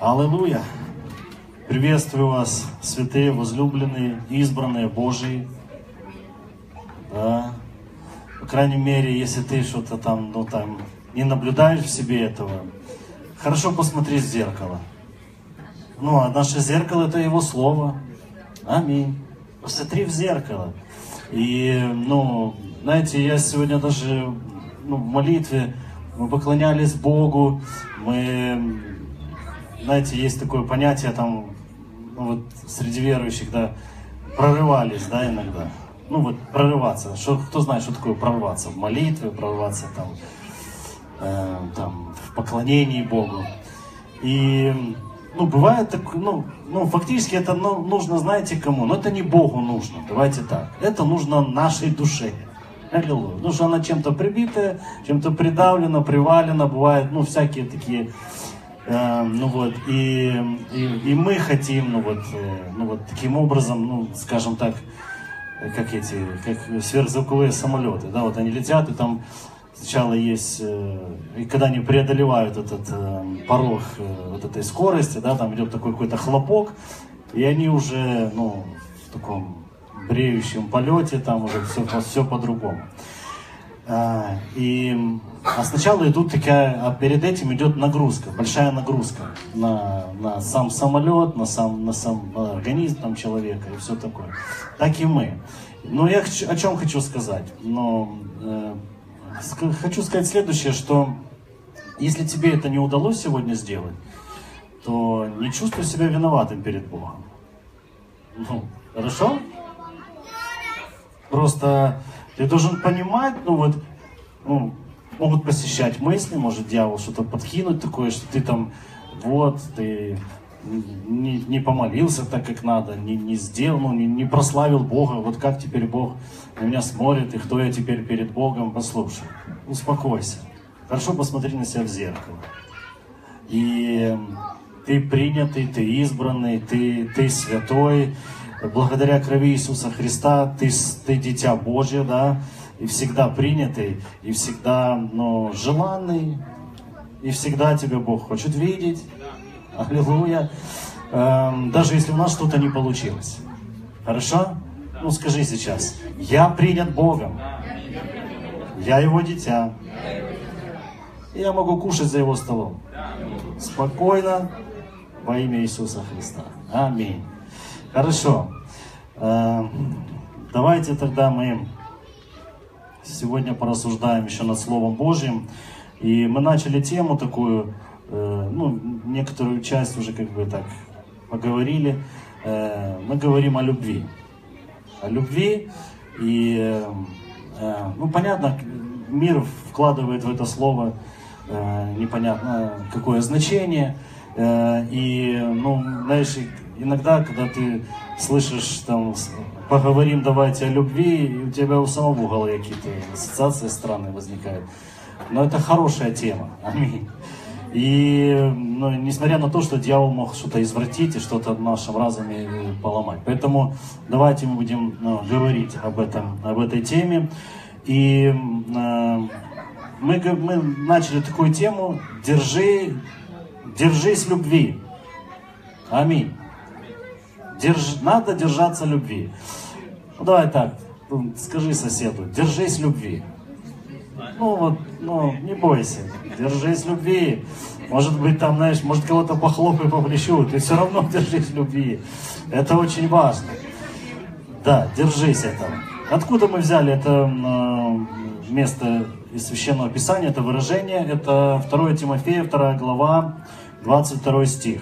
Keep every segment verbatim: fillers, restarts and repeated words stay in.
Аллилуйя! Приветствую вас, святые, возлюбленные, избранные Божии. Да. По крайней мере, если ты что-то там, ну, там не наблюдаешь в себе этого, хорошо посмотри в зеркало. Ну, а наше зеркало — это Его Слово. Аминь. Посмотри в зеркало. И, ну, знаете, я сегодня даже ну, в молитве, мы поклонялись Богу, мы, знаете, есть такое понятие там, ну, вот среди верующих, да, прорывались, да, иногда. Ну, вот прорываться. Что, кто знает, что такое прорваться в молитве, прорваться там, э, там в поклонении Богу. И, ну, бывает так, ну, ну, фактически это ну, нужно, знаете, кому? Но это не Богу нужно, давайте так. Это нужно нашей душе. Аллилуйя. Потому что она чем-то прибитая, чем-то придавлена, привалена, бывают, ну, всякие такие, э, ну, вот, и, и, и мы хотим, ну, вот, э, ну, вот, таким образом, ну, скажем так, как эти, как сверхзвуковые самолеты, да, вот они летят, и там сначала есть, э, и когда они преодолевают этот э, порог э, вот этой скорости, да, там идет такой какой-то хлопок, и они уже, ну, в таком бреющем полете, там уже все, все по-другому. А, и, а сначала идут такая, а перед этим идет нагрузка, большая нагрузка на, на сам самолет, на сам, на сам организм там, человека и все такое. Так и мы. Но я о чем хочу сказать? Но, э, хочу сказать следующее, что если тебе это не удалось сегодня сделать, то не чувствуй себя виноватым перед Богом. Ну, хорошо? Просто ты должен понимать, ну вот, ну, могут посещать мысли, может дьявол что-то подкинуть такое, что ты там, вот, ты не, не помолился так, как надо, не, не сделал, ну, не, не прославил Бога, вот как теперь Бог на меня смотрит, и кто я теперь перед Богом, послушай, успокойся, хорошо посмотри на себя в зеркало. И ты принятый, ты избранный, ты, ты святой. Благодаря крови Иисуса Христа ты, ты дитя Божье, да, и всегда принятый, и всегда, ну, желанный, и всегда тебя Бог хочет видеть. Аллилуйя. Эм, даже если у нас что-то не получилось. Хорошо? Ну, скажи сейчас. Я принят Богом. Я Его дитя. И я могу кушать за Его столом. Спокойно, во имя Иисуса Христа. Аминь. Хорошо. Давайте тогда мы сегодня порассуждаем еще над Словом Божьим. И мы начали тему такую, ну, некоторую часть уже как бы так поговорили. Мы говорим о любви. О любви. И, ну, понятно, мир вкладывает в это слово непонятно какое значение. И, ну, знаешь, иногда, когда ты слышишь, там, поговорим давайте о любви, и у тебя у самого в голове какие-то ассоциации странные возникают. Но это хорошая тема. Аминь. И, ну, несмотря на то, что дьявол мог что-то извратить и что-то в нашем разуме поломать. Поэтому давайте мы будем, ну, говорить об этом, об этой теме. И э, мы, мы начали такую тему «Держи, держись любви». Аминь. Держ... Надо держаться любви. Ну, давай так, скажи соседу, держись любви. Ну вот, ну, не бойся, держись любви. Может быть, там, знаешь, может кого-то похлопай по плечу, ты все равно держись любви. Это очень важно. Да, держись этого. Откуда мы взяли это э, место из Священного Писания, это выражение? Это второе Тимофея, вторая глава, двадцать второй стих.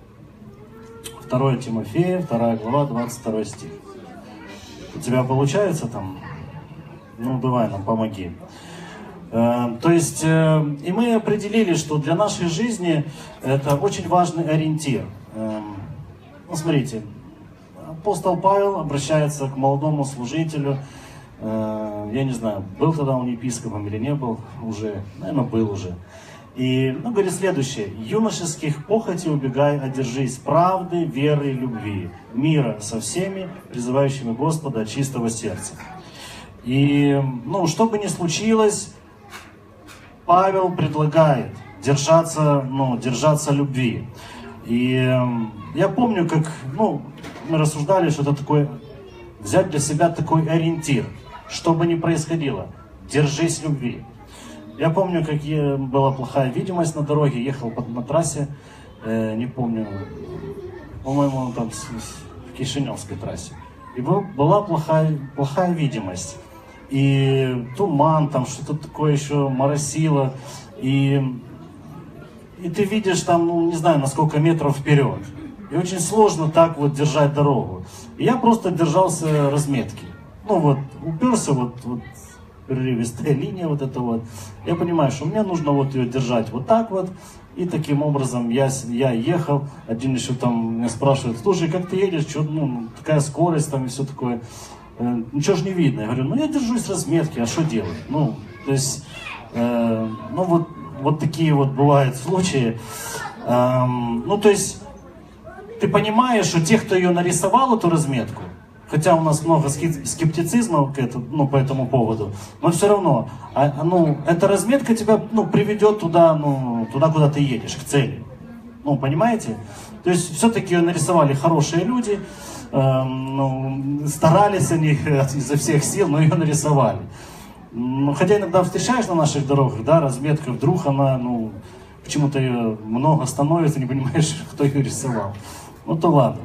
второе Тимофея, вторая глава, двадцать второй стих. У тебя получается там? Ну, давай нам, помоги. Э, то есть, э, и мы определили, что для нашей жизни это очень важный ориентир. Э, ну, смотрите, апостол Павел обращается к молодому служителю. Э, я не знаю, был тогда он епископом или не был уже, наверное, был уже. И, ну, говорит следующее. «Юношеских похотей убегай, одержись правды, веры и любви, мира со всеми, призывающими Господа от чистого сердца». И, ну, что бы ни случилось, Павел предлагает держаться, ну, держаться любви. И э, я помню, как, ну, мы рассуждали, что это такое, взять для себя такой ориентир, что бы ни происходило, держись любви. Я помню, как я, была плохая видимость на дороге, ехал по, на трассе, э, не помню, по-моему, там с, с, в Кишиневской трассе. И был, была плохая, плохая видимость. И туман, там что-то такое еще моросило. И, и ты видишь там, ну, не знаю, на сколько метров вперед. И очень сложно так вот держать дорогу. И я просто держался разметки. Ну вот, уперся вот, вот прерывистая линия вот эта вот. Я понимаю, что мне нужно вот ее держать вот так вот. И таким образом я, я ехал. Один еще там меня спрашивает: слушай, как ты едешь? Что, ну, такая скорость там и все такое. Э, ничего же не видно. Я говорю, ну я держусь разметки, а что делать? Ну, то есть, э, ну вот, вот такие вот бывают случаи. Э, ну, то есть, ты понимаешь, что те, кто ее нарисовал, эту разметку, хотя у нас много скептицизма ну, по этому поводу, но все равно, а, ну, эта разметка тебя ну, приведет туда, ну, туда, куда ты едешь, к цели. Ну, понимаете? То есть, все-таки ее нарисовали хорошие люди, э, ну, старались они изо всех сил, но ее нарисовали. Ну, хотя иногда встречаешь на наших дорогах, да, разметка, вдруг она, ну, почему-то ее много становится, не понимаешь, кто ее рисовал. Ну, то ладно.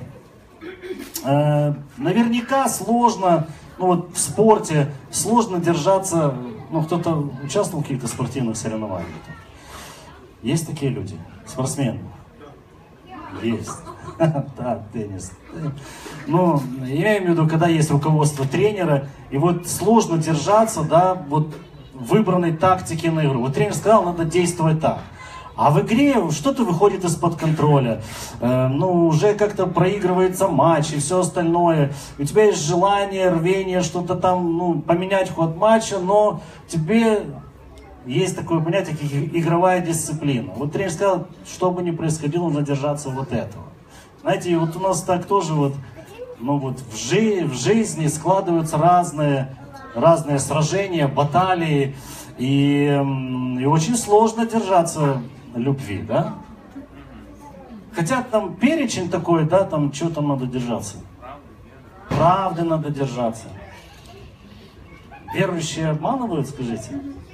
Э, наверняка сложно, ну вот в спорте, сложно держаться, ну кто-то участвовал в каких-то спортивных соревнованиях? Есть такие люди? Спортсмены? Есть. Да, теннис. Ну, я имею в виду, когда есть руководство тренера, и вот сложно держаться, да, вот выбранной тактики на игру. Вот тренер сказал, надо действовать так. А в игре что-то выходит из-под контроля, э, ну, уже как-то проигрывается матч и все остальное. У тебя есть желание, рвение, что-то там, ну, поменять ход матча, но тебе есть такое понятие, как игровая дисциплина. Вот тренер сказал, что бы ни происходило, нужно держаться вот этого. Знаете, и вот у нас так тоже вот, ну, вот в, жи в жизни складываются разные, разные сражения, баталии, и, и очень сложно держаться любви, да? Хотя там перечень такой, да, там что там надо держаться? Правды надо держаться. Верующие обманывают, скажите?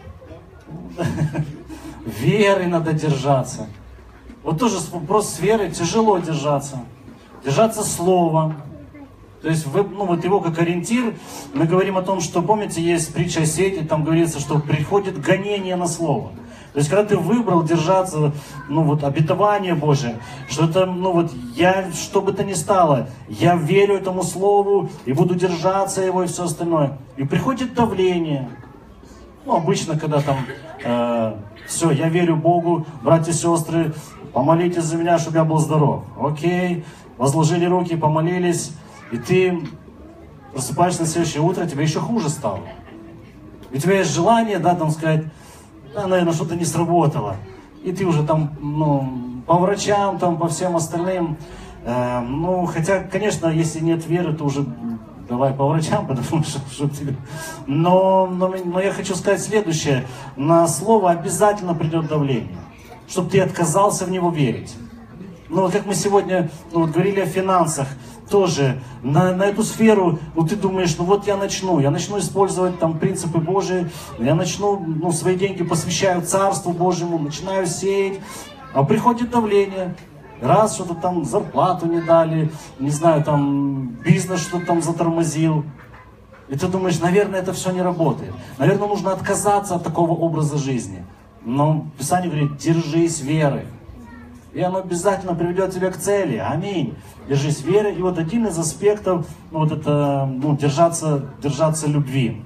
Веры надо держаться. Вот тоже вопрос с верой, тяжело держаться. Держаться слова. То есть, вы, ну, вот его как ориентир, мы говорим о том, что, помните, есть притча о сети, там говорится, что приходит гонение на слово. То есть, когда ты выбрал держаться, ну, вот, обетование Божие, что это, ну, вот, я, что бы то ни стало, я верю этому слову, и буду держаться его, и все остальное. И приходит давление. Ну, обычно, когда там, э, все, я верю Богу, братья и сестры, помолитесь за меня, чтобы я был здоров. Окей, возложили руки, помолились, и ты просыпаешься на следующее утро, тебе еще хуже стало. И у тебя есть желание, да, там сказать, да, наверное, что-то не сработало. И ты уже там, ну, по врачам, там, по всем остальным. Э, ну, хотя, конечно, если нет веры, то уже давай по врачам, потому что, что тебе... Но, но, но я хочу сказать следующее. На слово обязательно придет давление, чтобы ты отказался в него верить. Ну, вот как мы сегодня ну, вот говорили о финансах, тоже на, на эту сферу, ну, ты думаешь, ну, вот я начну, я начну использовать там принципы Божии, я начну, ну, свои деньги посвящаю Царству Божьему, начинаю сеять, а приходит давление. Раз что-то там зарплату не дали, не знаю, там бизнес что-то там затормозил. И ты думаешь, наверное, это все не работает. Наверное, нужно отказаться от такого образа жизни. Но Писание говорит, держись веры. И оно обязательно приведет тебя к цели. Аминь. Держись веры. И вот один из аспектов, ну, вот это, ну, держаться, держаться любви.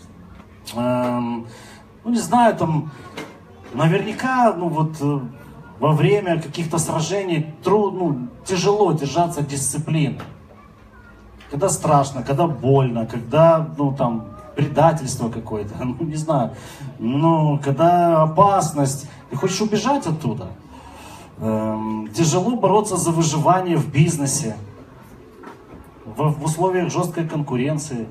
Эм, ну, не знаю, там, наверняка, ну, вот, во время каких-то сражений трудно, ну, тяжело держаться дисциплины. Когда страшно, когда больно, когда, ну, там, предательство какое-то, ну, не знаю. Ну, когда опасность, ты хочешь убежать оттуда. Эм, тяжело бороться за выживание в бизнесе, в, в условиях жесткой конкуренции.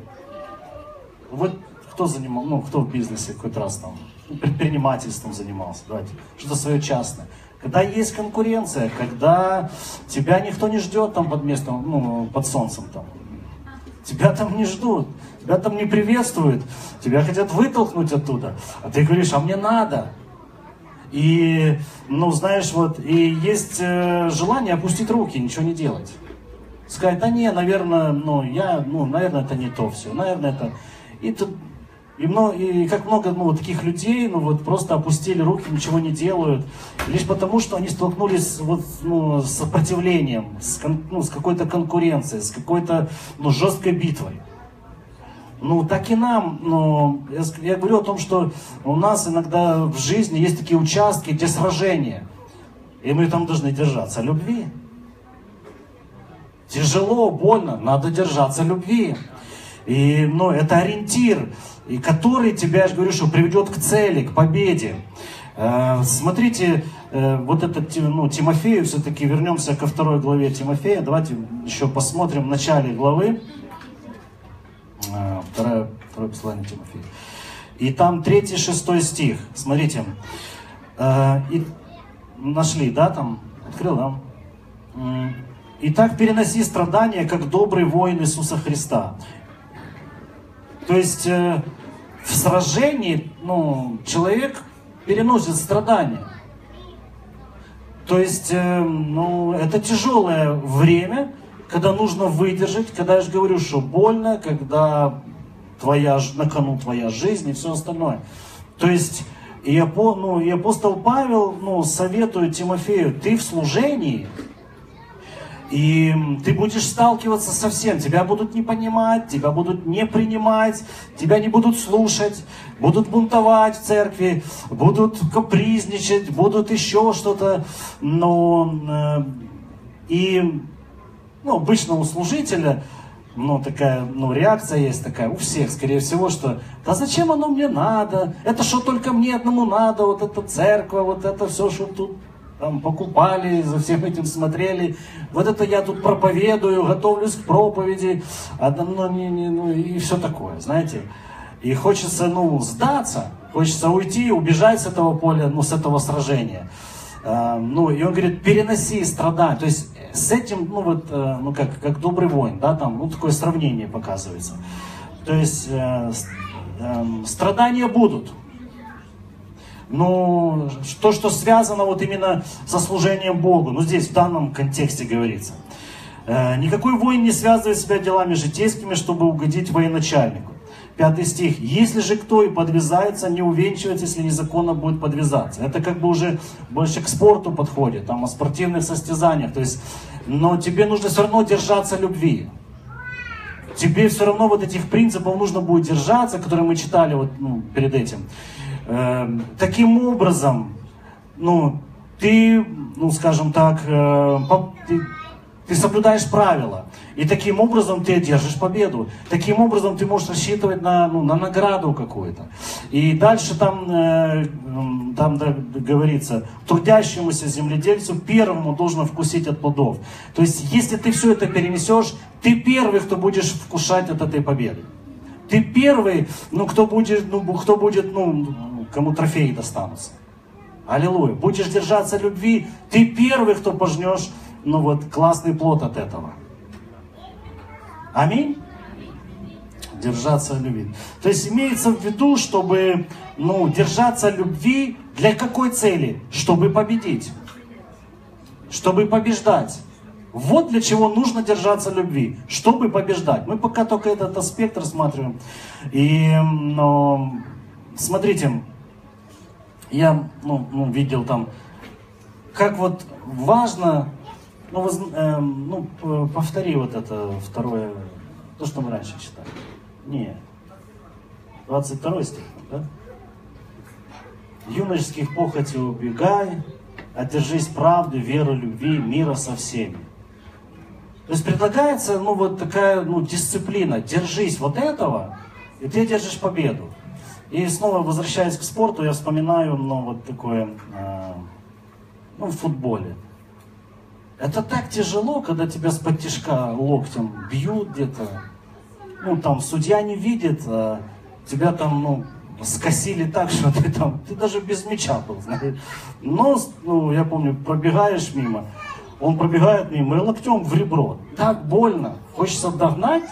Вот кто занимал, ну, кто в бизнесе какой-то раз там предпринимательством занимался, давайте, что-то свое частное. когда есть конкуренция, когда тебя никто не ждет там под местом, ну, под солнцем там. Тебя там не ждут, тебя там не приветствуют, тебя хотят вытолкнуть оттуда. А ты говоришь, а мне надо. И, ну, знаешь, вот, и есть э, желание опустить руки, ничего не делать. Сказать, да не, наверное, ну, я, ну, наверное, это не то все, наверное, это... И тут... И, много, и как много ну, таких людей ну, вот, просто опустили руки, ничего не делают, лишь потому, что они столкнулись вот, ну, с сопротивлением, с, ну, с какой-то конкуренцией, с какой-то ну, жесткой битвой. Ну, так и нам. Ну, я, я говорю о том, что у нас иногда в жизни есть такие участки, где сражения, и мы там должны держаться любви. Тяжело, больно, надо держаться любви. И ну, это ориентир, и который тебя, я же говорю, что приведет к цели, к победе. Э, смотрите, э, вот этот ну, Тимофею, все-таки вернемся ко второй главе Тимофея. Давайте еще посмотрим в начале главы. Э, второе, второе послание Тимофея. И там третий, шестой стих. Смотрите. Э, и, нашли, да, там? Открыл, да? «Итак, переноси страдания, как добрый воин Иисуса Христа». То есть э, в сражении ну, человек переносит страдания. То есть э, ну, это тяжелое время, когда нужно выдержать, когда я же говорю, что больно, когда твоя, на кону твоя жизнь и все остальное. То есть и, апо, ну, и апостол Павел ну, советует Тимофею, ты в служении, и ты будешь сталкиваться со всем. Тебя будут не понимать, тебя будут не принимать, тебя не будут слушать, будут бунтовать в церкви, будут капризничать, будут еще что-то. Но, и ну, обычно у служителя ну, такая ну, реакция есть такая, у всех, скорее всего, что да зачем оно мне надо? Это что только мне одному надо? Вот эта церковь, вот это все, что тут там покупали, за всем этим смотрели. Вот это я тут проповедую, готовлюсь к проповеди, а, ну, не, не, ну, и все такое, знаете. И хочется, ну, сдаться, хочется уйти, убежать с этого поля, ну, с этого сражения. А, ну, и он говорит, переноси страдания. То есть с этим, ну, вот, ну, как, как добрый воин, да, там, ну, такое сравнение показывается. То есть э, э, страдания будут. Ну, то, что связано вот именно со служением Богу, ну здесь в данном контексте говорится. Э, никакой воин не связывает себя делами житейскими, чтобы угодить военачальнику. Пятый стих. Если же кто и подвязается, не увенчивается, если незаконно будет подвязаться. Это как бы уже больше к спорту подходит, там о спортивных состязаниях. То есть, но тебе нужно все равно держаться любви. Тебе все равно вот этих принципов нужно будет держаться, которые мы читали вот, ну, перед этим. Таким образом, ну, ты, ну, скажем так, ты, ты соблюдаешь правила, и таким образом ты одержишь победу. Таким образом ты можешь рассчитывать на, ну, на награду какую-то. И дальше там, там да, говорится, трудящемуся земледельцу первому должно вкусить от плодов. То есть, если ты все это перенесешь, ты первый, кто будешь вкушать от этой победы. Ты первый, ну, кто будет, ну, кто будет, ну, кому трофеи достанутся. Аллилуйя. Будешь держаться любви, ты первый, кто пожнешь, ну, вот, классный плод от этого. Аминь? Держаться любви. То есть имеется в виду, чтобы, ну, держаться любви для какой цели? Чтобы победить. Чтобы побеждать. Вот для чего нужно держаться любви, чтобы побеждать. Мы пока только этот аспект рассматриваем. И, но, смотрите, я ну, ну, видел там, как вот важно, ну, воз, э, ну, повтори вот это второе, то, что мы раньше читали. Не, двадцать второй стих, да? Юношеских похотей убегай, одержись правды, веры, любви, мира со всеми. То есть предлагается, ну, вот такая, ну, дисциплина. Держись вот этого, и ты держишь победу. И снова, возвращаясь к спорту, я вспоминаю, ну, вот такое, э, ну, в футболе. Это так тяжело, когда тебя с-под тишка локтем бьют где-то. Ну, там, судья не видит, а тебя там, ну, скосили так, что ты там, ты даже без мяча был, знаешь. Но, ну, я помню, пробегаешь мимо, он пробегает мимо и локтем в ребро. Так больно, хочется догнать.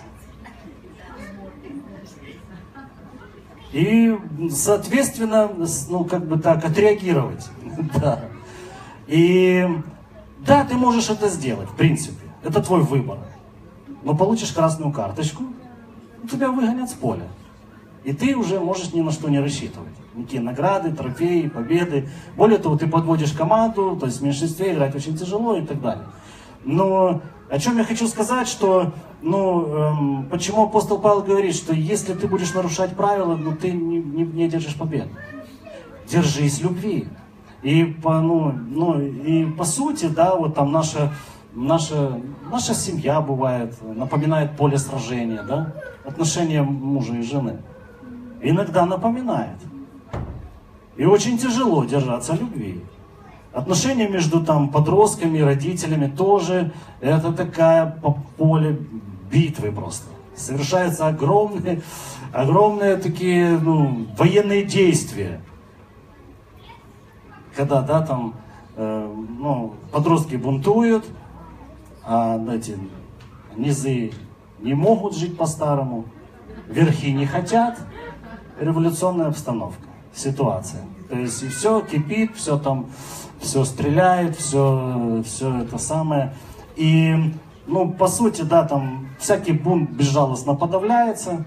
И, соответственно, ну, как бы так, отреагировать. Да. И, да, ты можешь это сделать, в принципе. Это твой выбор. Но получишь красную карточку, тебя выгонят с поля. И ты уже можешь ни на что не рассчитывать. Никакие награды, трофеи, победы. Более того, ты подводишь команду, то есть в меньшинстве играть очень тяжело и так далее. Но о чем я хочу сказать, что, ну, эм, почему апостол Павел говорит, что если ты будешь нарушать правила, ну, ты не, не, не одержишь победу. Держись любви. И по, ну, ну, и по сути, да, вот там наша, наша, наша семья бывает, напоминает поле сражения, да, отношения мужа и жены. Иногда напоминает. И очень тяжело держаться любви. Отношения между там подростками и родителями тоже, это такая поле битвы просто. Совершаются огромные, огромные такие, ну, военные действия. Когда, да, там, э, ну, подростки бунтуют, а эти низы не могут жить по-старому, верхи не хотят, революционная обстановка, ситуация. То есть и все кипит, все там, все стреляет, все, все это самое. И, ну, по сути, да, там всякий бунт безжалостно подавляется.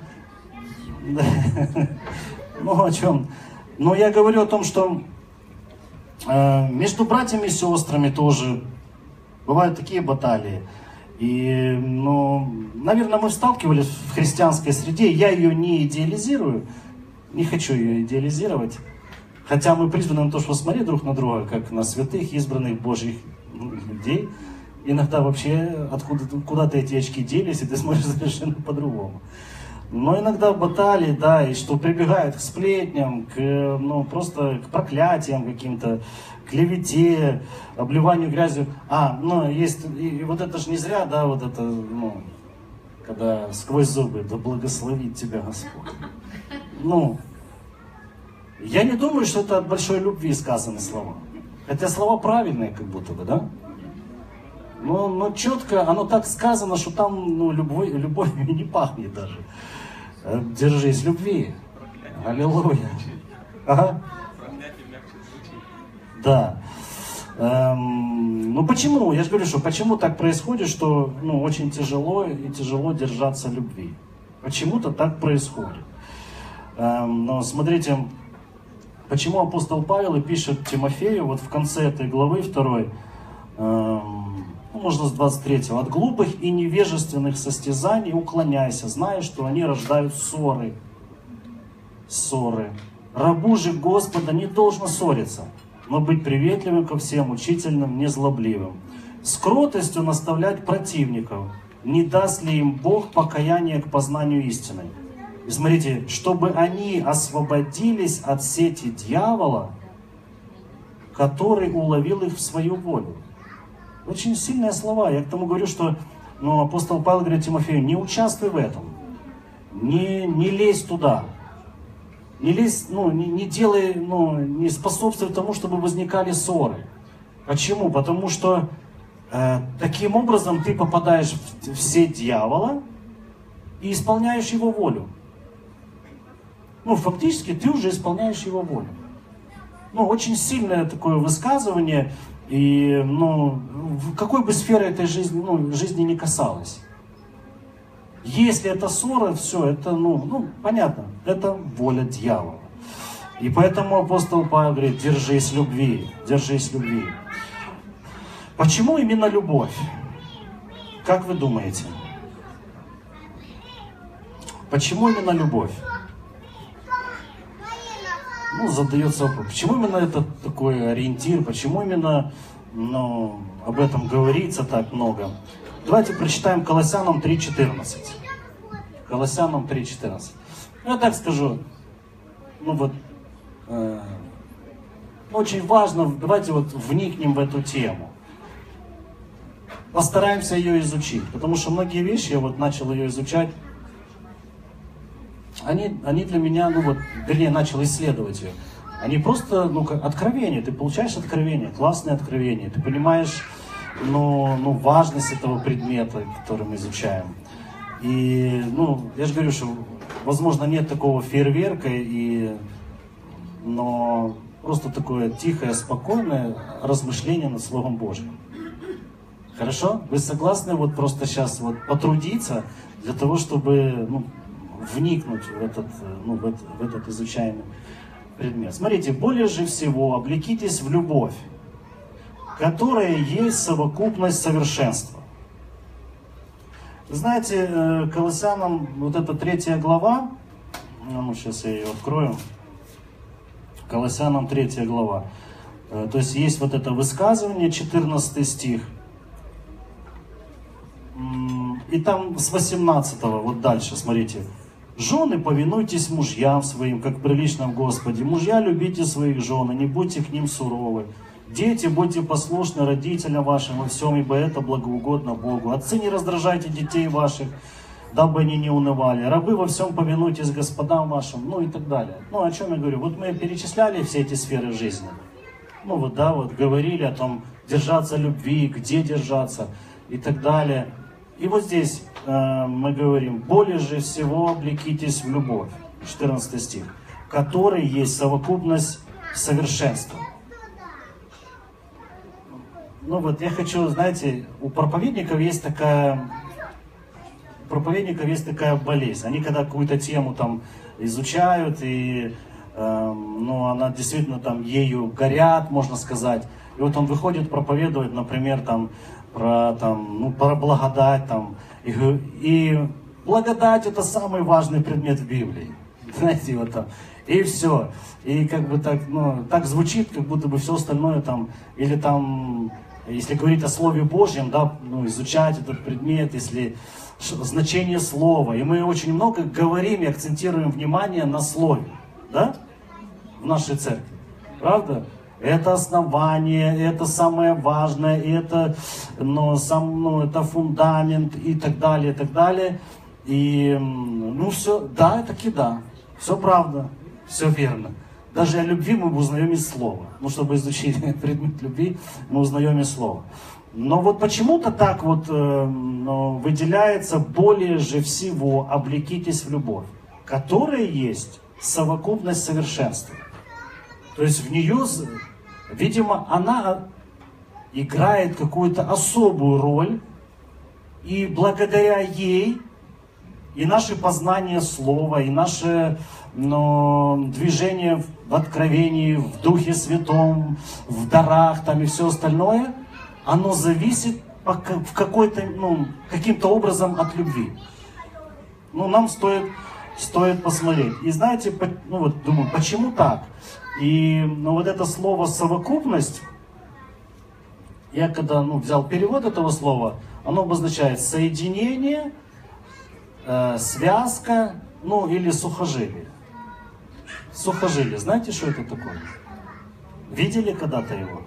Ну, о чем? Но я говорю о том, что э, между братьями и сестрами тоже бывают такие баталии. И, ну, наверное, мы сталкивались в христианской среде. Я ее не идеализирую, не хочу ее идеализировать. Хотя мы призваны на то, что смотреть друг на друга, как на святых, избранных Божьих людей. Иногда вообще откуда, куда-то эти очки делись, и ты смотришь совершенно по-другому. Но иногда баталии, да, и что прибегают к сплетням, к, ну, просто к проклятиям каким-то, клевете, обливанию грязью. А, ну, есть, и, и вот это же не зря, да, вот это, ну, когда сквозь зубы, да благословит тебя Господь. Ну, я не думаю, что это от большой любви сказаны слова. Хотя слова правильные, как будто бы, да? Но, но четко, оно так сказано, что там, ну, любовь, любовью не пахнет даже. Держись любви. Аллилуйя. Ага. Да. Эм, ну почему? Я же говорю, что почему так происходит, что, ну, очень тяжело и тяжело держаться любви. Почему-то так происходит. Эм, но смотрите, почему апостол Павел и пишет Тимофею, вот в конце этой главы второй, эм, ну, можно с двадцать третьего, от глупых и невежественных состязаний уклоняйся, зная, что они рождают ссоры. Ссоры. Рабу же Господа не должно ссориться, но быть приветливым ко всем, учительным, незлобливым. С кротостью наставлять противников, не даст ли им Бог покаяние к познанию истины. И смотрите, чтобы они освободились от сети дьявола, который уловил их в свою волю. Очень сильные слова. Я к тому говорю, что, ну, апостол Павел говорит Тимофею, не участвуй в этом, не, не лезь туда. Не лезь, ну, не, не делай, ну, не способствуй тому, чтобы возникали ссоры. Почему? Потому что э, таким образом ты попадаешь в, в сеть дьявола и исполняешь его волю. Ну, фактически ты уже исполняешь его волю. Ну, очень сильное такое высказывание, и, ну, в какой бы сфере этой жизни, ну, жизни не касалось. Если это ссора, все, это, ну, ну, понятно, это воля дьявола. И поэтому апостол Павел говорит, держись любви, держись любви. Почему именно любовь? Как вы думаете? Почему именно любовь? Ну, задается вопрос, почему именно это такой ориентир, почему именно, ну, об этом говорится так много? Давайте прочитаем Колоссянам три четырнадцать. Колоссянам три четырнадцать. Ну, я так скажу, ну вот, э, очень важно, давайте вот вникнем в эту тему. Постараемся ее изучить, потому что многие вещи, я вот начал ее изучать, они, они для меня, ну вот, вернее, начал исследовать ее. Они просто, ну, как откровение, ты получаешь откровение, классное откровение, ты понимаешь, ну, ну, важность этого предмета, который мы изучаем. И, ну, я же говорю, что, возможно, нет такого фейерверка, и, но просто такое тихое, спокойное размышление над Словом Божьим. Хорошо? Вы согласны вот просто сейчас вот потрудиться для того, чтобы, ну, вникнуть в этот, ну, в этот, в этот изучаемый предмет? Смотрите, более же всего облекитесь в любовь, которая есть совокупность совершенства. Знаете, Колоссянам, вот эта третья глава, ну, сейчас я ее открою, Колоссянам третья глава, то есть есть вот это высказывание, четырнадцатый стих, и там с восемнадцатого, вот дальше, смотрите. «Жены, повинуйтесь мужьям своим, как прилично в Господе. Мужья, любите своих жен, и не будьте к ним суровы. Дети, будьте послушны родителям вашим во всем, ибо это благоугодно Богу. Отцы, не раздражайте детей ваших, дабы они не унывали. Рабы, во всем повинуйтесь господам вашим», ну и так далее. Ну, о чем я говорю? Вот мы перечисляли все эти сферы жизни. Ну вот, да, вот говорили о том, держаться любви, где держаться и так далее. И вот здесь э, мы говорим: «Более же всего облекитесь в любовь», четырнадцатый стих, «который есть совокупность совершенства». Ну вот я хочу, знаете, у проповедников есть такая, у проповедников есть такая болезнь. Они когда какую-то тему там изучают, и э, ну, она действительно там ею горят, можно сказать. И вот он выходит проповедовать, например, там, про, там, ну, про благодать, там, и, и благодать — это самый важный предмет в Библии, знаете, вот там, и все, и как бы так, ну, так звучит, как будто бы все остальное там, или там, если говорить о Слове Божьем, да, ну, изучать этот предмет, если значение слова, и мы очень много говорим и акцентируем внимание на слове, да, в нашей церкви, правда? Это основание, это самое важное, это, ну, сам, ну, это фундамент и так далее, и так далее. И, ну, все, да, таки да, все правда, все верно. Даже о любви мы узнаем из слова. Ну, чтобы изучить предмет любви, мы узнаем из слова. Но вот почему-то так вот э, ну, выделяется: «более же всего облекитесь в любовь, которая есть совокупность совершенства». То есть в нее, видимо, она играет какую-то особую роль, и благодаря ей и наше познание слова, и наше, ну, движение в откровении, в Духе Святом, в дарах там и все остальное, оно зависит в какой-то, ну, каким-то образом от любви. Ну, нам стоит, стоит посмотреть. И знаете, ну вот думаю, почему так? И, ну, вот это слово «совокупность», я когда, ну, взял перевод этого слова, оно обозначает соединение, э, связка, ну, или сухожилие. Сухожилие, знаете, что это такое? Видели когда-то его?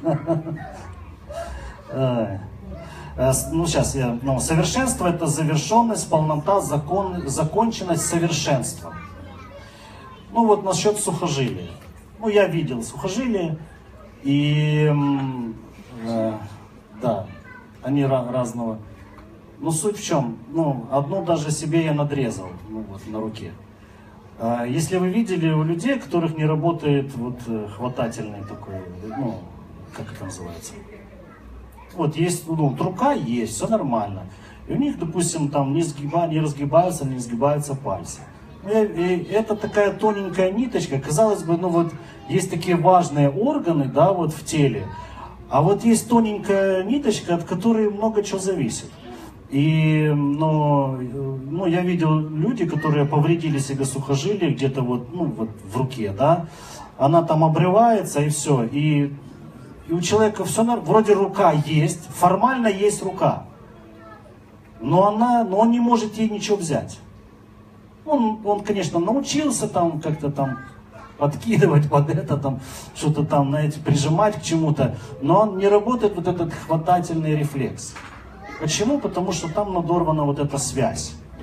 Ну, сейчас я, ну, совершенство — это завершенность, полнота, закон, законченность, совершенство. Ну, вот насчет сухожилия. Ну, я видел сухожилия, и, э, да, они разного. Но суть в чем? Ну, одну даже себе я надрезал, ну, вот, на руке. Если вы видели у людей, у которых не работает вот хватательный такой, ну, как это называется? Вот есть, ну, рука есть, все нормально. И у них, допустим, там не, сгиба, не разгибаются, не сгибаются пальцы. И, и это такая тоненькая ниточка. Казалось бы, ну вот есть такие важные органы, да, вот в теле. А вот есть тоненькая ниточка, от которой много чего зависит. И, ну, ну, я видел люди, которые повредили себе сухожилие где-то вот, ну, вот в руке, да. Она там обрывается и все. И И у человека все нормально, вроде рука есть, формально есть рука, но, она, но он не может ей ничего взять. Он, он конечно, научился там как-то там подкидывать под это, там что-то там, знаете, прижимать к чему-то, но он не работает вот этот хватательный рефлекс. Почему? Потому что там надорвана вот эта связь.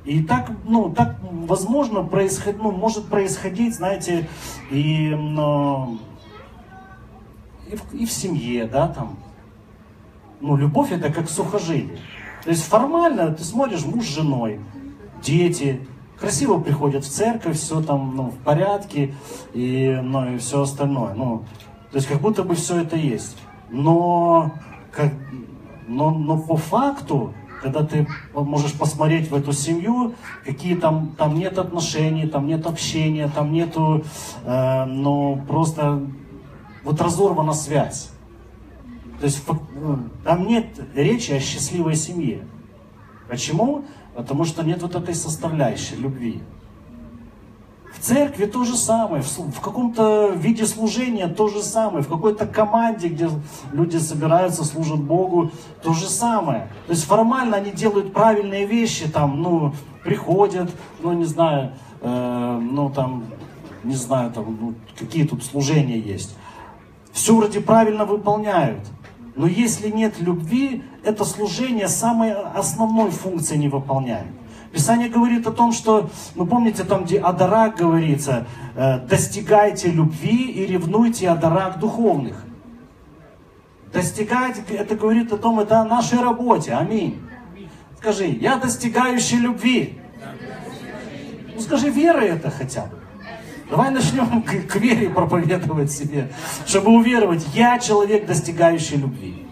И так, ну, так возможно, происход, ну, может происходить, знаете, и, но, и, в, и в семье, да, там. Ну, любовь это как сухожилие. То есть формально ты смотришь, муж с женой, дети, красиво приходят в церковь, все там, ну, в порядке, и, ну, и все остальное. Ну, то есть как будто бы все это есть. Но, как, но, но по факту, когда ты можешь посмотреть в эту семью, какие там, там нет отношений, там нет общения, там нету, э, ну, просто вот разорвана связь. То есть там нет речи о счастливой семье. Почему? Потому что нет вот этой составляющей любви. В церкви то же самое, в каком-то виде служения то же самое, в какой-то команде, где люди собираются, служат Богу, то же самое. То есть формально они делают правильные вещи, там, ну, приходят, ну, не знаю, э, ну, там, не знаю, там, ну, какие тут служения есть. Все вроде правильно выполняют. Но если нет любви, это служение самой основной функции не выполняет. Писание говорит о том, что, ну помните, там где о дарах говорится, э, достигайте любви и ревнуйте о дарах духовных. Достигать, это говорит о том, это о нашей работе. Аминь. Скажи, я достигающий любви. Ну скажи, вера это хотя бы. Давай начнем к, к вере проповедовать себе, чтобы уверовать, я человек, достигающий любви.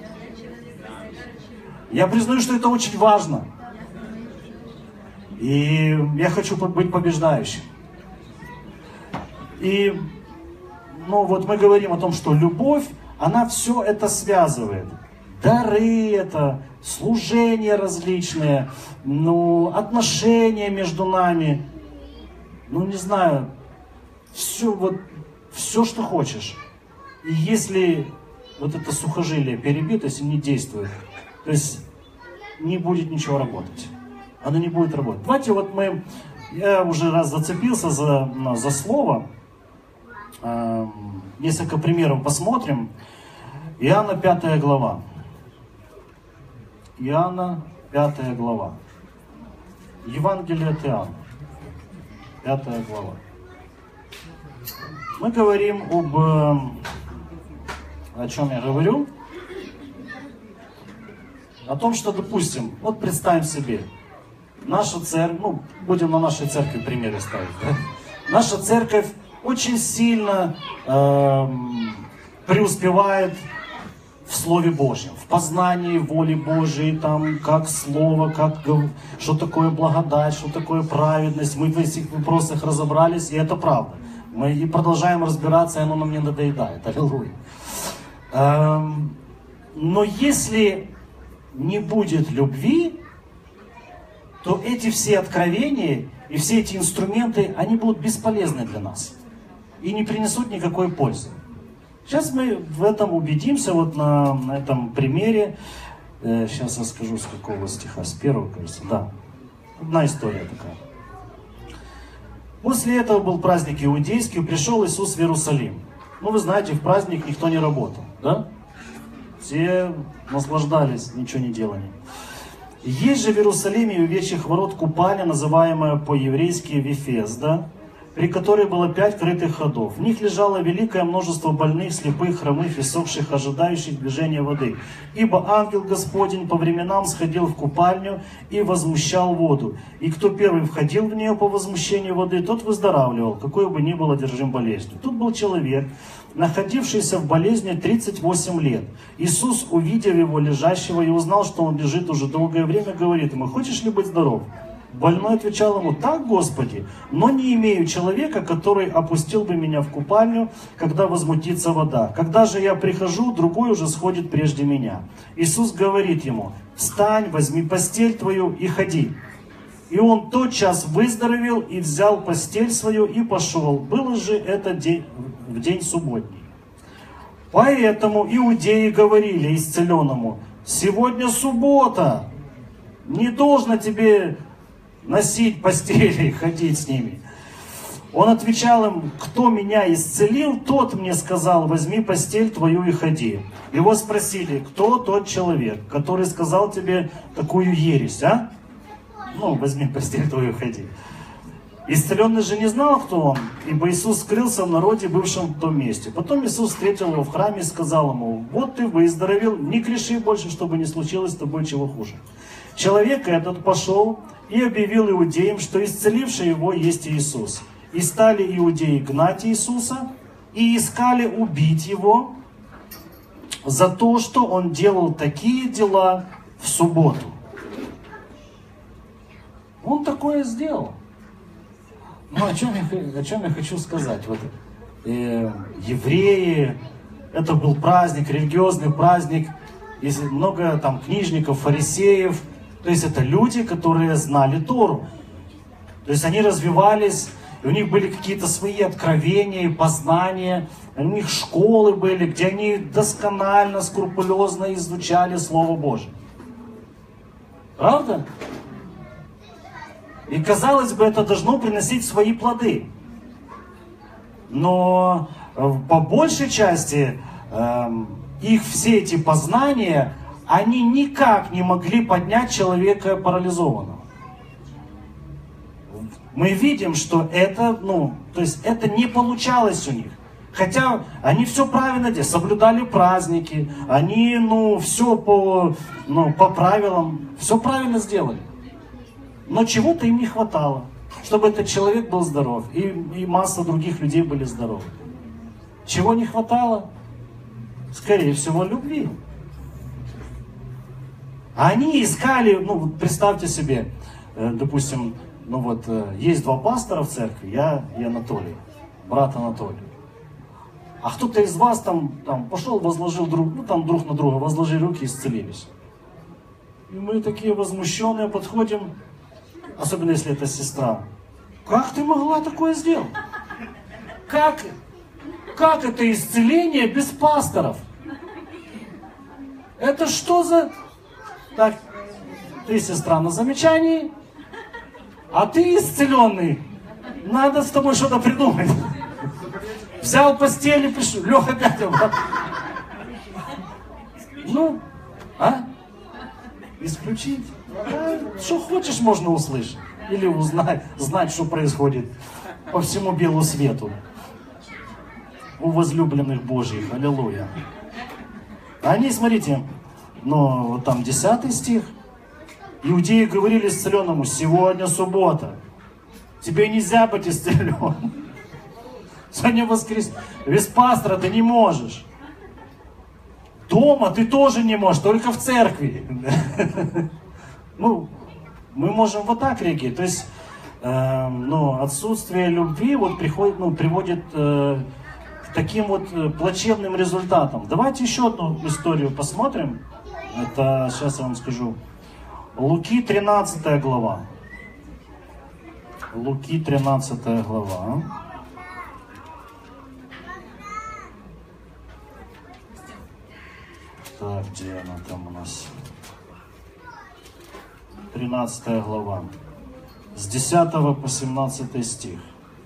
Я признаю, что это очень важно. И я хочу быть побеждающим. И, ну вот мы говорим о том, что любовь, она все это связывает. Дары это, служения различные, ну, отношения между нами, ну не знаю, все, вот, все, что хочешь. И если вот это сухожилие перебито, если не действует, то есть не будет ничего работать. Оно не будет работать. Давайте вот мы, я уже раз зацепился за, за слово, э, несколько примеров посмотрим. Иоанна пятая глава. Иоанна пятая глава. Евангелие от Иоанна, пятая глава. Мы говорим об, о чем я говорю, о том, что, допустим, вот представим себе, наша церковь, ну, будем на нашей церкви примеры ставить, да? Наша церковь очень сильно э, преуспевает в Слове Божьем, в познании воли Божьей, там, как Слово, как, что такое благодать, что такое праведность. Мы в этих вопросах разобрались, и это правда. Мы и продолжаем разбираться, и оно нам не надоедает. Аллилуйя. Эм, но если не будет любви, то эти все откровения и все эти инструменты, они будут бесполезны для нас и не принесут никакой пользы. Сейчас мы в этом убедимся, вот на, на этом примере. Э, сейчас я скажу, с какого стиха, с первого, кажется, да. Одна история такая. После этого был праздник иудейский, пришел Иисус в Иерусалим. Ну, вы знаете, в праздник никто не работал, да? Все наслаждались, ничего не делали. Есть же в Иерусалиме у Вечьих ворот купальня, называемая по-еврейски Вифезда, при которой было пять крытых ходов. В них лежало великое множество больных, слепых, хромых, иссохших, ожидающих движения воды. Ибо ангел Господень по временам сходил в купальню и возмущал воду. И кто первый входил в нее по возмущению воды, тот выздоравливал, какой бы ни был одержим болезнью. Тут был человек, находившийся в болезни тридцать восемь лет. Иисус, увидев его лежащего и узнал, что он лежит уже долгое время, говорит ему: «Хочешь ли быть здоров?» Больной отвечал ему: «Так, Господи, но не имею человека, который опустил бы меня в купальню, когда возмутится вода. Когда же я прихожу, другой уже сходит прежде меня». Иисус говорит ему: «Встань, возьми постель твою и ходи». И он тотчас выздоровел и взял постель свою и пошел. Было же это день, в день субботний. Поэтому иудеи говорили исцеленному: «Сегодня суббота, не должно тебе носить постели и ходить с ними». Он отвечал им: «Кто меня исцелил, тот мне сказал: возьми постель твою и ходи». Его спросили: «Кто тот человек, который сказал тебе такую ересь, а?» ну, возьми постель твою, ходи. Исцеленный же не знал, кто он, ибо Иисус скрылся в народе, бывшем в том месте. Потом Иисус встретил его в храме и сказал ему: вот ты выздоровел, не греши больше, чтобы не случилось с тобой чего хуже. Человек этот пошел и объявил иудеям, что исцеливший его есть Иисус. И стали иудеи гнать Иисуса, и искали убить его за то, что он делал такие дела в субботу. Он такое сделал. Ну, о чем я, о чем я хочу сказать? Вот, э, евреи, это был праздник, религиозный праздник, есть много там книжников, фарисеев, то есть это люди, которые знали Тору. То есть они развивались, и у них были какие-то свои откровения и познания, у них школы были, где они досконально, скрупулезно изучали Слово Божие. Правда? И, казалось бы, это должно приносить свои плоды. Но по большей части э, их все эти познания, они никак не могли поднять человека парализованного. Мы видим, что это, ну, то есть это не получалось у них. Хотя они все правильно делали, соблюдали праздники, они, ну, все по, ну, по правилам, все правильно сделали. Но чего-то им не хватало, чтобы этот человек был здоров, и, и масса других людей были здоровы. Чего не хватало? Скорее всего, любви. Они искали, ну, представьте себе, э, допустим, ну вот, э, есть два пастора в церкви, я и Анатолий, брат Анатолий. А кто-то из вас там, там пошел, возложил друг, ну, там друг на друга, возложили руки и исцелились. И мы такие возмущенные подходим, особенно если это сестра. Как ты могла такое сделать? Как, как это исцеление без пасторов? Это что за... Так, ты, сестра, на замечании, а ты исцеленный. Надо с тобой что-то придумать. Взял постель и пришел. Леха опять обратно. Ну, а? Исключить? А, что хочешь, можно услышать. Или узнать, знать, что происходит по всему белу свету. У возлюбленных Божьих. Аллилуйя. Они, смотрите, ну, вот там десятый стих. Иудеи говорили исцеленному: сегодня суббота. Тебе нельзя быть исцеленным. Сегодня воскресенье. Без пастора ты не можешь. Дома ты тоже не можешь, только в церкви. Ну, мы можем вот так реагировать. То есть, э, ну, отсутствие любви вот приходит, ну, приводит э, к таким вот плачевным результатам. Давайте еще одну историю посмотрим. Это, сейчас я вам скажу. Луки тринадцатая глава. Луки тринадцатая глава. Так, где она там у нас? тринадцатая глава. С десятого по семнадцатый стих.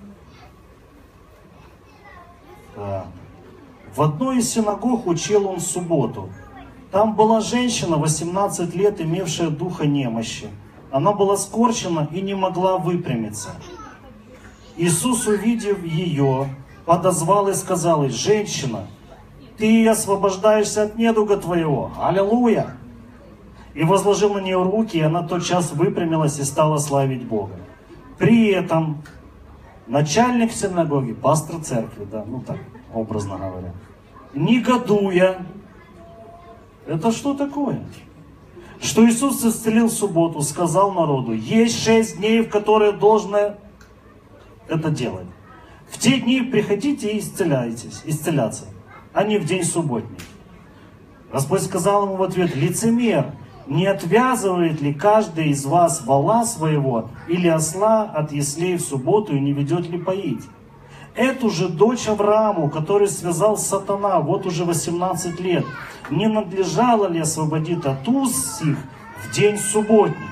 Так. В одной из синагог учил он в субботу. Там была женщина, восемнадцать лет, имевшая духа немощи. Она была скорчена и не могла выпрямиться. Иисус, увидев ее, подозвал и сказал ей: женщина, ты освобождаешься от недуга твоего. Аллилуйя! И возложил на нее руки, и она тотчас выпрямилась и стала славить Бога. При этом начальник синагоги, пастор церкви, да, ну так, образно говоря, негодуя, это что такое? Что Иисус исцелил в субботу, сказал народу: есть шесть дней, в которые должны это делать. В те дни приходите и исцеляйтесь, исцеляться, а не в день субботний. Господь сказал ему в ответ: лицемер, не отвязывает ли каждый из вас вола своего или осла от яслей в субботу и не ведет ли поить? Эту же дочь Аврааму, которую связал сатана вот уже восемнадцать лет, не надлежало ли освободить от уз их в день субботний?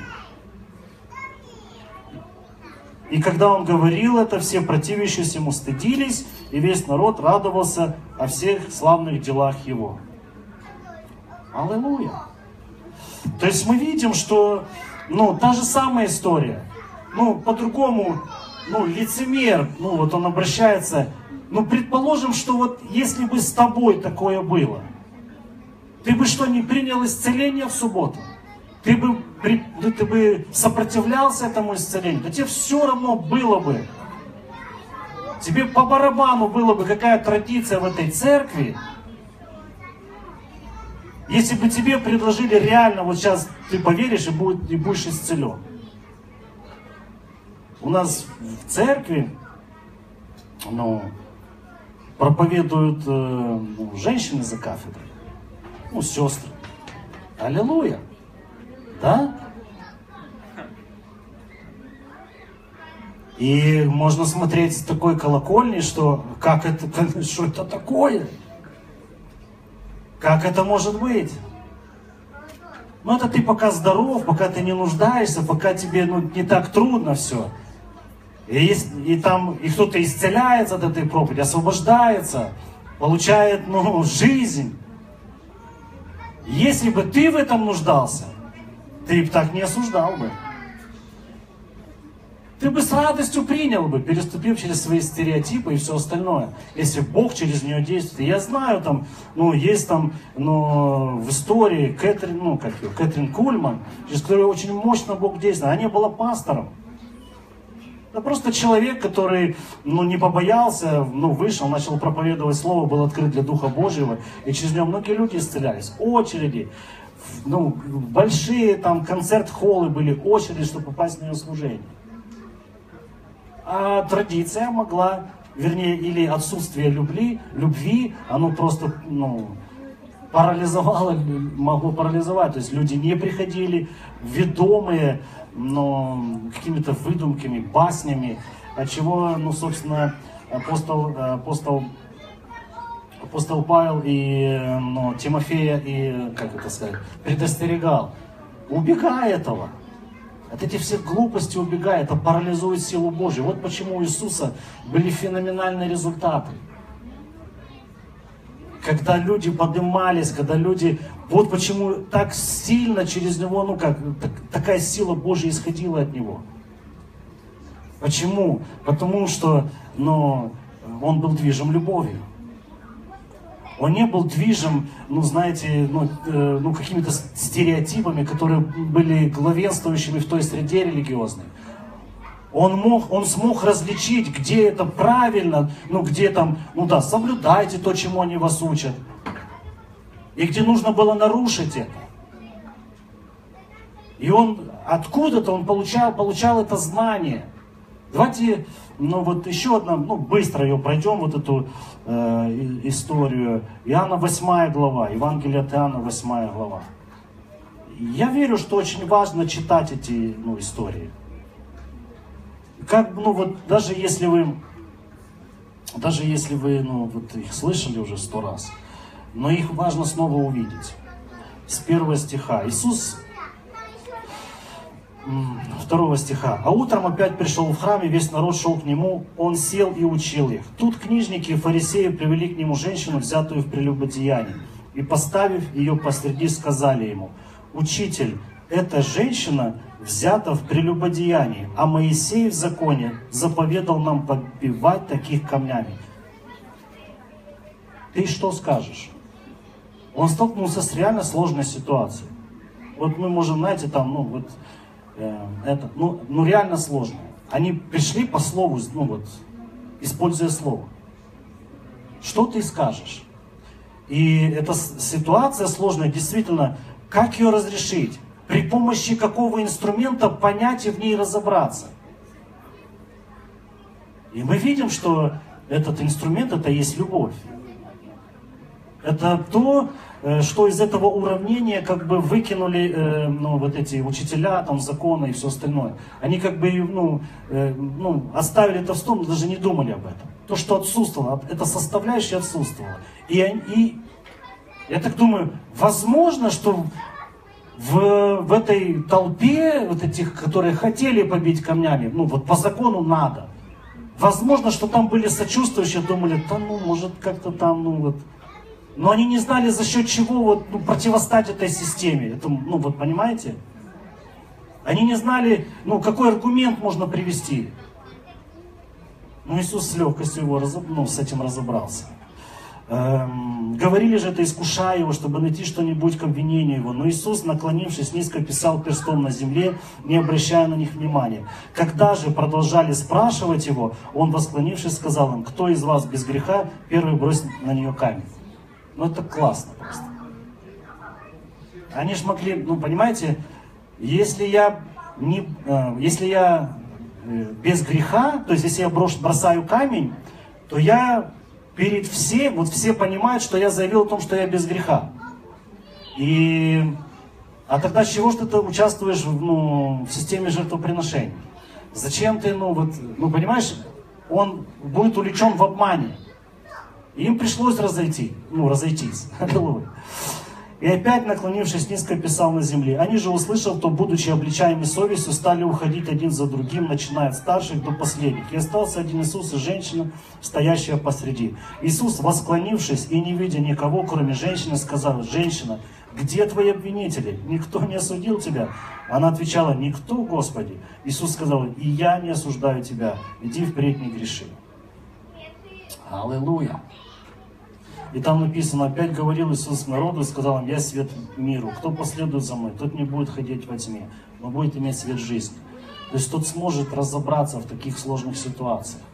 И когда он говорил это, все противящиеся ему стыдились, и весь народ радовался о всех славных делах его. Аллилуйя! То есть мы видим, что Ну, та же самая история. Ну, по-другому, ну, лицемер, ну, вот он обращается. Ну, предположим, что вот если бы с тобой такое было, ты бы что, не принял исцеление в субботу? Ты бы, ты бы сопротивлялся этому исцелению? Да тебе все равно было бы. Тебе по барабану было бы, какая традиция в этой церкви. Если бы тебе предложили реально, вот сейчас ты поверишь и, будет, и будешь исцелен. У нас в церкви, ну, проповедуют э, ну, женщины за кафедрой, ну, сестры. Аллилуйя. Да? И можно смотреть с такой колокольни, что как это, что это такое? Как это может быть? Ну, это ты пока здоров, пока ты не нуждаешься, пока тебе ну, не так трудно все. И, есть, и там и кто-то исцеляется от этой проповеди, освобождается, получает ну, жизнь. Если бы ты в этом нуждался, ты бы так не осуждал бы. Ты бы с радостью принял бы, переступив через свои стереотипы и все остальное. Если Бог через нее действует. Я знаю, там, ну, есть там, ну, в истории Кэтрин, ну, как ее, Кэтрин Кульман, через которую очень мощно Бог действует. Она не была пастором. Это просто человек, который, ну, не побоялся, ну, вышел, начал проповедовать Слово, был открыт для Духа Божьего, и через него многие люди исцелялись. Очереди, ну, большие там концерт-холлы были, очереди, чтобы попасть на ее служение. А традиция могла, вернее, или отсутствие любви, любви, оно просто, ну, парализовало, могло парализовать. То есть люди не приходили, ведомые, но какими-то выдумками, баснями, от чего, ну, собственно, апостол, апостол, апостол Павел и, ну, Тимофея и, как это сказать, предостерегал. Убегай этого. От этих всех глупостей убегай, это парализует силу Божью. Вот почему у Иисуса были феноменальные результаты. Когда люди поднимались, когда люди... Вот почему так сильно через него, ну как, так, такая сила Божья исходила от него. Почему? Потому что, ну, он был движим любовью. Он не был движим, ну, знаете, ну, э, ну, какими-то стереотипами, которые были главенствующими в той среде религиозной. Он мог, он смог различить, где это правильно, ну, где там, ну да, соблюдайте то, чему они вас учат. И где нужно было нарушить это. И он откуда-то он получал, получал это знание. Давайте, ну вот еще одна, ну быстро ее пройдем, вот эту э, историю. Иоанна восьмая глава, Евангелие от Иоанна восьмая глава. Я верю, что очень важно читать эти, ну, истории. Как, ну вот даже если вы, даже если вы, ну вот их слышали уже сто раз, но их важно снова увидеть. С первого стиха. Иисус... Второго стиха. А утром опять пришел в храм, и весь народ шел к нему, он сел и учил их. Тут книжники и фарисеи привели к нему женщину, взятую в прелюбодеянии, и, поставив ее посреди, сказали ему: «Учитель, эта женщина взята в прелюбодеянии, а Моисей в законе заповедал нам побивать таких камнями. Ты что скажешь?» Он столкнулся с реально сложной ситуацией. Вот мы можем, знаете, там, ну вот, это, ну, ну реально сложно. Они пришли по слову, ну вот, используя слово. Что ты скажешь? И эта ситуация сложная, действительно, как ее разрешить? При помощи какого инструмента понять и в ней разобраться? И мы видим, что этот инструмент, это есть любовь. Это то, что из этого уравнения как бы выкинули, э, ну, вот эти учителя, там, законы и все остальное. Они как бы, ну, э, ну, оставили это в сторону, даже не думали об этом. То, что отсутствовало, эта составляющая отсутствовала. И, и я так думаю, возможно, что в, в этой толпе, вот этих, которые хотели побить камнями, ну, вот по закону надо. Возможно, что там были сочувствующие, думали, да, ну, может, как-то там, ну, вот... Но они не знали, за счет чего вот, ну, противостать этой системе. Это, ну вот понимаете? Они не знали, ну, какой аргумент можно привести. Но Иисус с легкостью его разоб... ну, с этим разобрался. Эм, говорили же это, искушая его, чтобы найти что-нибудь к обвинению его. Но Иисус, наклонившись низко, писал перстом на земле, не обращая на них внимания. Когда же продолжали спрашивать его, он, восклонившись, сказал им: кто из вас без греха, первый бросит на нее камень. Ну это классно просто. Они же могли, ну понимаете, если я, не, э, если я э, без греха, то есть если я брош, бросаю камень, то я перед всем, вот все понимают, что я заявил о том, что я без греха. И, а тогда с чего ж ты участвуешь в, ну, в системе жертвоприношений? Зачем ты, ну вот, ну понимаешь, он будет увлечен в обмане. Им пришлось разойти, ну разойтись. И опять, наклонившись низко, писал на земле. Они же, услышав то, будучи обличаемы совестью, стали уходить один за другим, начиная от старших до последних. И остался один Иисус и женщина, стоящая посреди. Иисус, восклонившись и не видя никого, кроме женщины, сказал: женщина, где твои обвинители? Никто не осудил тебя? Она отвечала: никто, Господи. Иисус сказал: и я не осуждаю тебя, иди впредь не греши. Аллилуйя. И там написано: опять говорил Иисус народу и сказал им: я свет миру. Кто последует за мной, тот не будет ходить во тьме, но будет иметь свет жизни. То есть тот сможет разобраться в таких сложных ситуациях.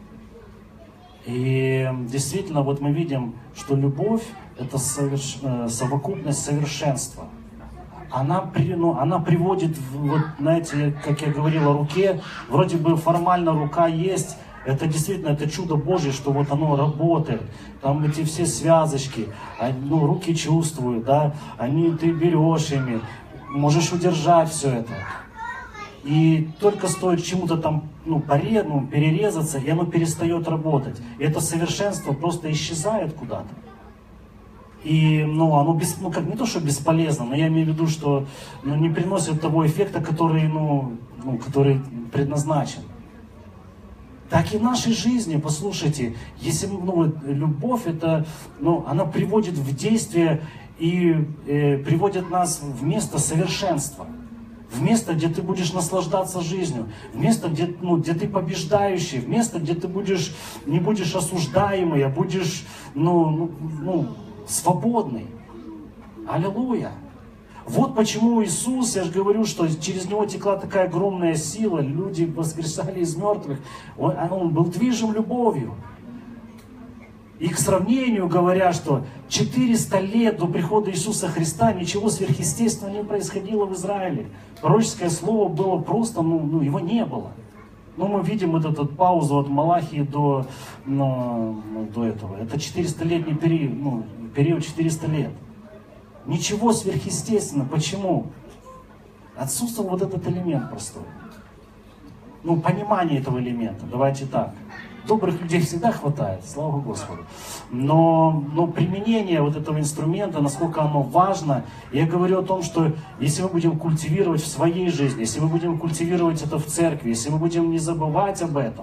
И действительно, вот мы видим, что любовь — это соверш... совокупность совершенства. Она, при... ну, она приводит, вот, знаете, как я говорил о руке, вроде бы формально рука есть. Это действительно, это чудо Божье, что вот оно работает. Там эти все связочки, они, ну, руки чувствуют, да, они, ты берешь ими, можешь удержать все это. И только стоит чему-то там, ну, поре, ну, перерезаться, и оно перестает работать. И это совершенство просто исчезает куда-то. И, ну, оно без, ну, как, не то, что бесполезно, но я имею в виду, что, ну, не приносит того эффекта, который, ну, ну, который предназначен. Так и в нашей жизни, послушайте, если, ну, любовь, это, ну, она приводит в действие и э, приводит нас в место совершенства. В место, где ты будешь наслаждаться жизнью, в место, где, ну, где ты побеждающий, в место, где ты будешь, не будешь осуждаемый, а будешь, ну, ну, ну, свободный. Аллилуйя! Вот почему Иисус, я же говорю, что через Него текла такая огромная сила, люди воскресали из мертвых, Он, он был движим любовью. И к сравнению говоря, что четыреста лет до прихода Иисуса Христа ничего сверхъестественного не происходило в Израиле. Пророческое слово было просто, ну, ну его не было. Но мы видим вот эту паузу от Малахии до, ну, до этого. Это четырехсотлетний период, ну, период четыреста лет. Ничего сверхъестественного. Почему? Отсутствовал вот этот элемент простой. Ну, понимание этого элемента. Давайте так. Добрых людей всегда хватает, слава Господу. Но, но применение вот этого инструмента, насколько оно важно, я говорю о том, что если мы будем культивировать в своей жизни, если мы будем культивировать это в церкви, если мы будем не забывать об этом.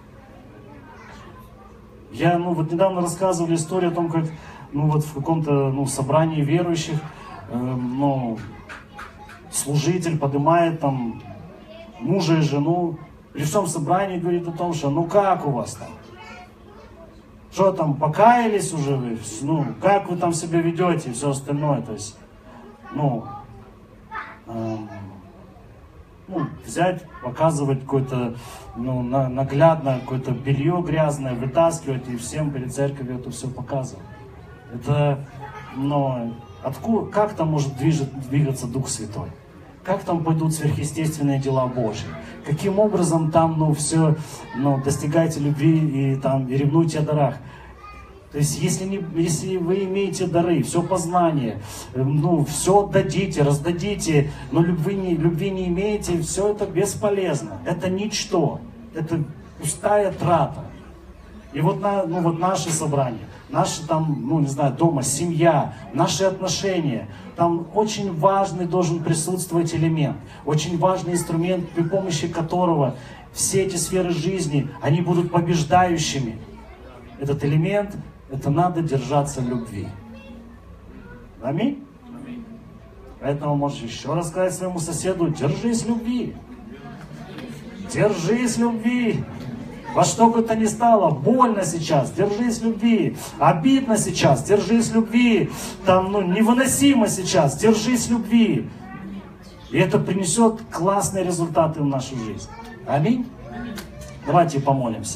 Я, ну, вот недавно рассказывали историю о том, как, ну, вот в каком-то, ну, собрании верующих, э, ну, служитель поднимает там мужа и жену, при всем собрании говорит о том, что ну как у вас там? Что там, покаялись уже вы? Ну, как вы там себя ведете и все остальное? То есть, ну, эм, ну взять, показывать какое-то, ну, на, наглядно какое-то белье грязное, вытаскивать и всем перед церковью это все показывать. Это, ну, откуда, как там может движет, двигаться Дух Святой? Как там пойдут сверхъестественные дела Божьи? Каким образом там, ну, все, ну, достигайте любви и там, и ревнуйте о дарах? То есть, если, не, если вы имеете дары, все познание, ну, все отдадите, раздадите, но любви не, любви не имеете, все это бесполезно. Это ничто. Это пустая трата. И вот, на, ну, вот наши собрания, наши там, ну, не знаю, дома, семья, наши отношения, там очень важный должен присутствовать элемент, очень важный инструмент, при помощи которого все эти сферы жизни, они будут побеждающими. Этот элемент, это надо держаться любви. Аминь? Поэтому можешь еще раз сказать своему соседу: держись любви. Держись любви. Во что бы то ни стало, больно сейчас, держись любви. Обидно сейчас, держись любви. Там, ну, невыносимо сейчас, держись любви. И это принесет классные результаты в нашу жизнь. Аминь. Давайте помолимся.